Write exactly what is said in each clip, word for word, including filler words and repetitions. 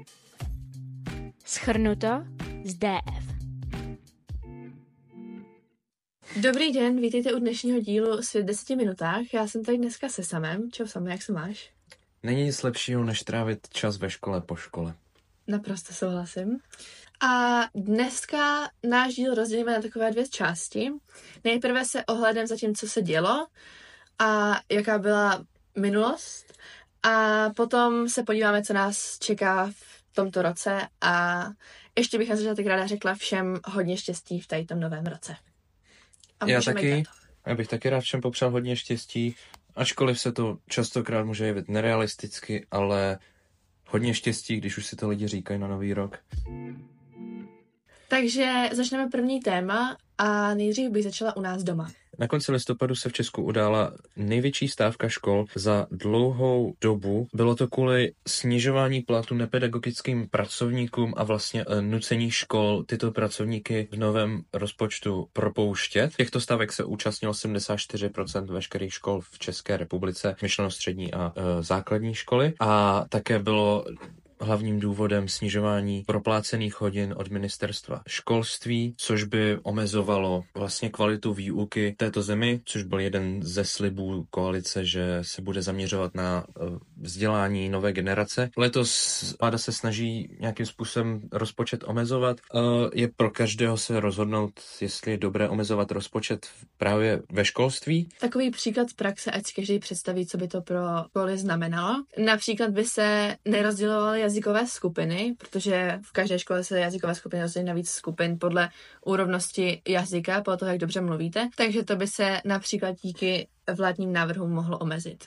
Shrnuto z D F. Dobrý den, vítejte u dnešního dílu Svět v deseti minutách. Já jsem tady dneska se Samem. Čau Same, jak se máš? Není nic lepšího, než trávit čas ve škole po škole. Naprosto souhlasím. A dneska náš díl rozdělíme na takové dvě části. Nejprve se ohledem za tím, co se dělo a jaká byla minulost. A potom se podíváme, co nás čeká v tomto roce. A ještě bych na začátek ráda řekla všem hodně štěstí v tady tom novém roce. A já taky, já bych taky rád všem popřál hodně štěstí, ačkoliv se to častokrát může jevit nerealisticky, ale hodně štěstí, když už si to lidi říkají na nový rok. Takže začneme první téma a nejdřív bych začala u nás doma. Na konci listopadu se v Česku udála největší stávka škol za dlouhou dobu. Bylo to kvůli snižování platu nepedagogickým pracovníkům a vlastně nucení škol tyto pracovníky v novém rozpočtu propouštět. Těchto stávek se účastnilo sedmdesát čtyři procent veškerých škol v České republice, myšleno střední a e, základní školy. A také bylo hlavním důvodem snižování proplácených hodin od ministerstva školství, což by omezovalo vlastně kvalitu výuky této zemi, což byl jeden ze slibů koalice, že se bude zaměřovat na vzdělání nové generace. Letos vláda se snaží nějakým způsobem rozpočet omezovat. Je pro každého se rozhodnout, jestli je dobré omezovat rozpočet právě ve školství. Takový příklad z praxe, ať si každý představí, co by to pro školy znamenalo. Například by se nerozdělovaly jazykové skupiny, protože v každé škole se jazykové skupiny rozdělí na víc skupin podle úrovnosti jazyka, podle toho, jak dobře mluvíte. Takže to by se například díky vládním návrhům mohlo omezit.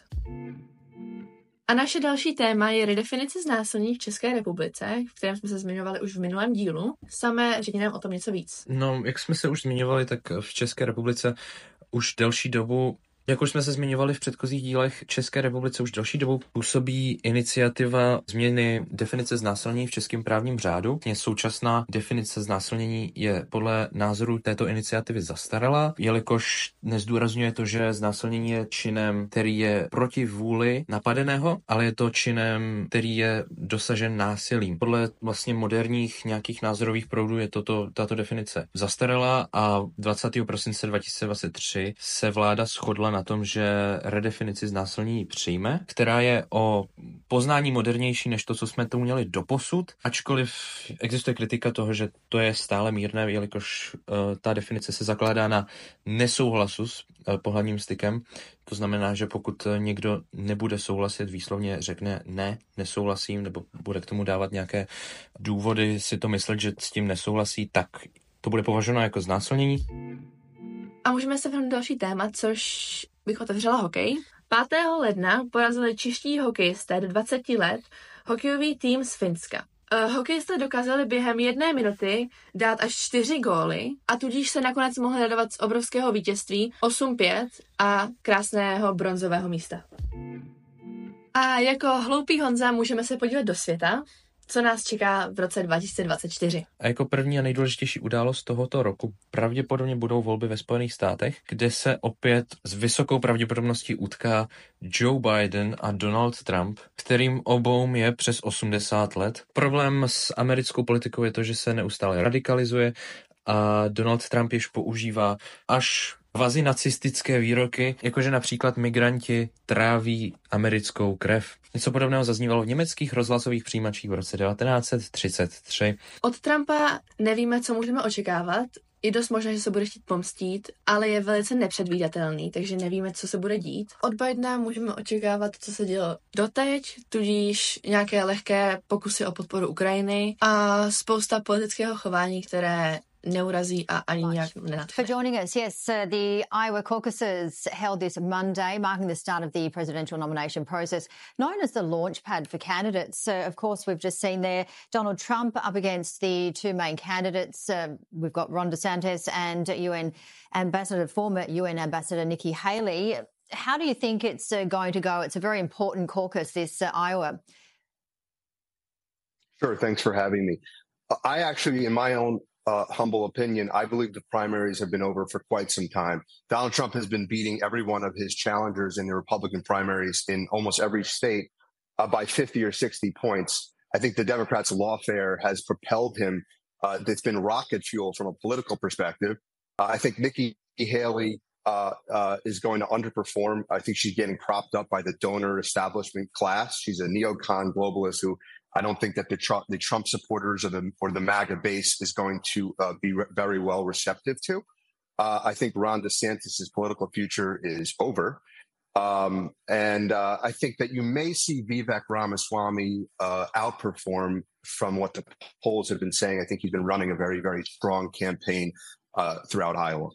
A naše další téma je redefinice znásilnění v České republice, v kterém jsme se zmiňovali už v minulém dílu. Samé řekni nám o tom něco víc. No, jak jsme se už zmiňovali, tak v České republice už delší dobu, jak už jsme se zmiňovali v předchozích dílech, České republice už další dobu působí iniciativa změny definice znásilnění v českém právním řádu. Současná definice znásilnění je podle názoru této iniciativy zastaralá, jelikož nezdůrazňuje to, že znásilnění je činem, který je proti vůli napadeného, ale je to činem, který je dosažen násilím. Podle vlastně moderních nějakých názorových proudů je toto, tato definice zastaralá a dvacátého prosince dva tisíce dvacet tři se vláda shodla na tom, že redefinici znásilnění přijme, která je o poznání modernější než to, co jsme tu měli doposud, ačkoliv existuje kritika toho, že to je stále mírné, jelikož uh, ta definice se zakládá na nesouhlasu s uh, pohlavním stykem. To znamená, že pokud někdo nebude souhlasit, výslovně řekne ne, nesouhlasím, nebo bude k tomu dávat nějaké důvody si to myslet, že s tím nesouhlasí, tak to bude považováno jako znásilnění. A můžeme se vrhnout další téma, což bych otevřela hokej. pátého ledna porazili čeští hokejisté do dvaceti let hokejový tým z Finska. Uh, hokejisté dokázali během jedné minuty dát až čtyři góly a tudíž se nakonec mohli radovat z obrovského vítězství osm pět a krásného bronzového místa. A jako hloupý Honza můžeme se podívat do světa, co nás čeká v roce dva tisíce dvacet čtyři. A jako první a nejdůležitější událost tohoto roku pravděpodobně budou volby ve Spojených státech, kde se opět s vysokou pravděpodobností utká Joe Biden a Donald Trump, kterým obou je přes osmdesát let. Problém s americkou politikou je to, že se neustále radikalizuje a Donald Trump již používá až kvazi nacistické výroky, jakože například migranti tráví americkou krev. Něco podobného zaznívalo v německých rozhlasových přijímačích v roce devatenáct set třicet tři. Od Trumpa nevíme, co můžeme očekávat. Je dost možné, že se bude chtít pomstít, ale je velice nepředvídatelný, takže nevíme, co se bude dít. Od Bidena můžeme očekávat, co se dělo doteď, tudíž nějaké lehké pokusy o podporu Ukrajiny a spousta politického chování, které neurazí a ani nějak nenadchne. For joining us, yes, uh, the Iowa caucuses held this Monday, marking the start of the presidential nomination process, known as the launchpad for candidates. Uh, of course, we've just seen there Donald Trump up against the two main candidates. Uh, we've got Ron DeSantis and U N Ambassador, former U N Ambassador Nikki Haley. How do you think it's uh, going to go? It's a very important caucus, this uh, Iowa. Sure, thanks for having me. I actually, in my own Uh, humble opinion, I believe the primaries have been over for quite some time. Donald Trump has been beating every one of his challengers in the Republican primaries in almost every state uh, by fifty or sixty points. I think the Democrats' lawfare has propelled him. Uh, it's been rocket fuel from a political perspective. Uh, I think Nikki Haley uh, uh, is going to underperform. I think she's getting propped up by the donor establishment class. She's a neocon globalist who I don't think that the Trump, the Trump supporters or the, or the MAGA base is going to uh, be re- very well receptive to. Uh, I think Ron DeSantis' political future is over. Um, and uh, I think that you may see Vivek Ramaswamy uh, outperform from what the polls have been saying. I think he's been running a very, very strong campaign uh, throughout Iowa.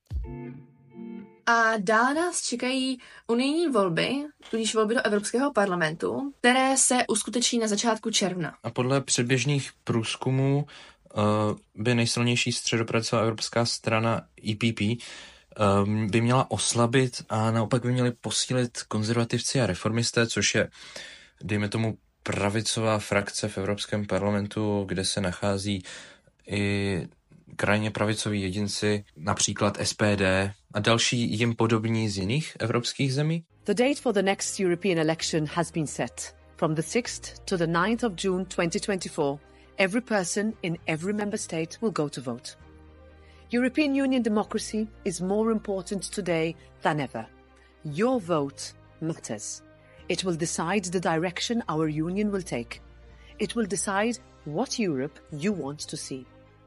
A dále nás čekají unijní volby, tudíž volby do Evropského parlamentu, které se uskuteční na začátku června. A podle předběžných průzkumů uh, by nejsilnější středopravicová evropská strana E P P um, by měla oslabit a naopak by měli posílit konzervativci a reformisté, což je, dejme tomu, pravicová frakce v Evropském parlamentu, kde se nachází i krajně pravicoví jedinci, například S P D a další jim podobní z jiných evropských zemí. The date for the next European election has been set. From the sixth to the ninth of June twenty twenty-four, every person in every member state will go to vote. European Union democracy is more important today than ever. Your vote matters. It will decide the direction our union will take. It will decide what Europe you want to see.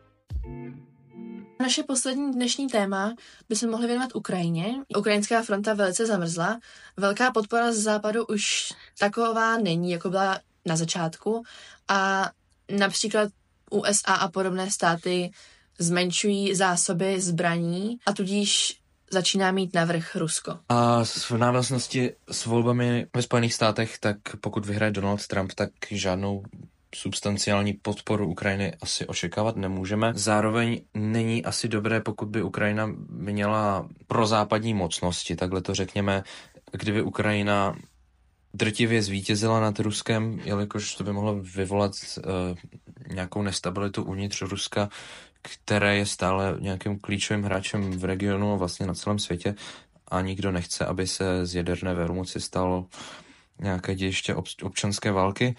Naše poslední dnešní téma by se mohli věnovat Ukrajině. Ukrajinská fronta velice zamrzla. Velká podpora z západu už taková není, jako byla na začátku. A například U S A a podobné státy zmenšují zásoby zbraní a tudíž začíná mít navrch Rusko. A v návaznosti s volbami ve Spojených státech, tak pokud vyhraje Donald Trump, tak žádnou substanciální podporu Ukrajiny asi očekávat nemůžeme. Zároveň není asi dobré, pokud by Ukrajina měla prozápadní mocnosti, takhle to řekněme, kdyby Ukrajina drtivě zvítězila nad Ruskem, jelikož to by mohlo vyvolat uh, nějakou nestabilitu uvnitř Ruska, které je stále nějakým klíčovým hráčem v regionu a vlastně na celém světě a nikdo nechce, aby se z jaderné velmoci stalo nějaké dějiště občanské války.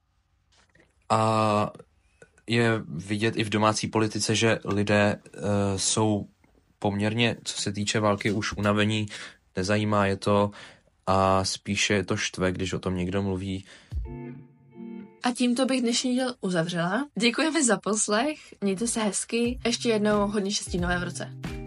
A je vidět i v domácí politice, že lidé uh, jsou poměrně, co se týče války, už unavení, nezajímá je to a spíše je to štve, když o tom někdo mluví. A tímto bych dnešní díl uzavřela. Děkujeme za poslech, mějte se hezky, ještě jednou hodně štěstí novém roce.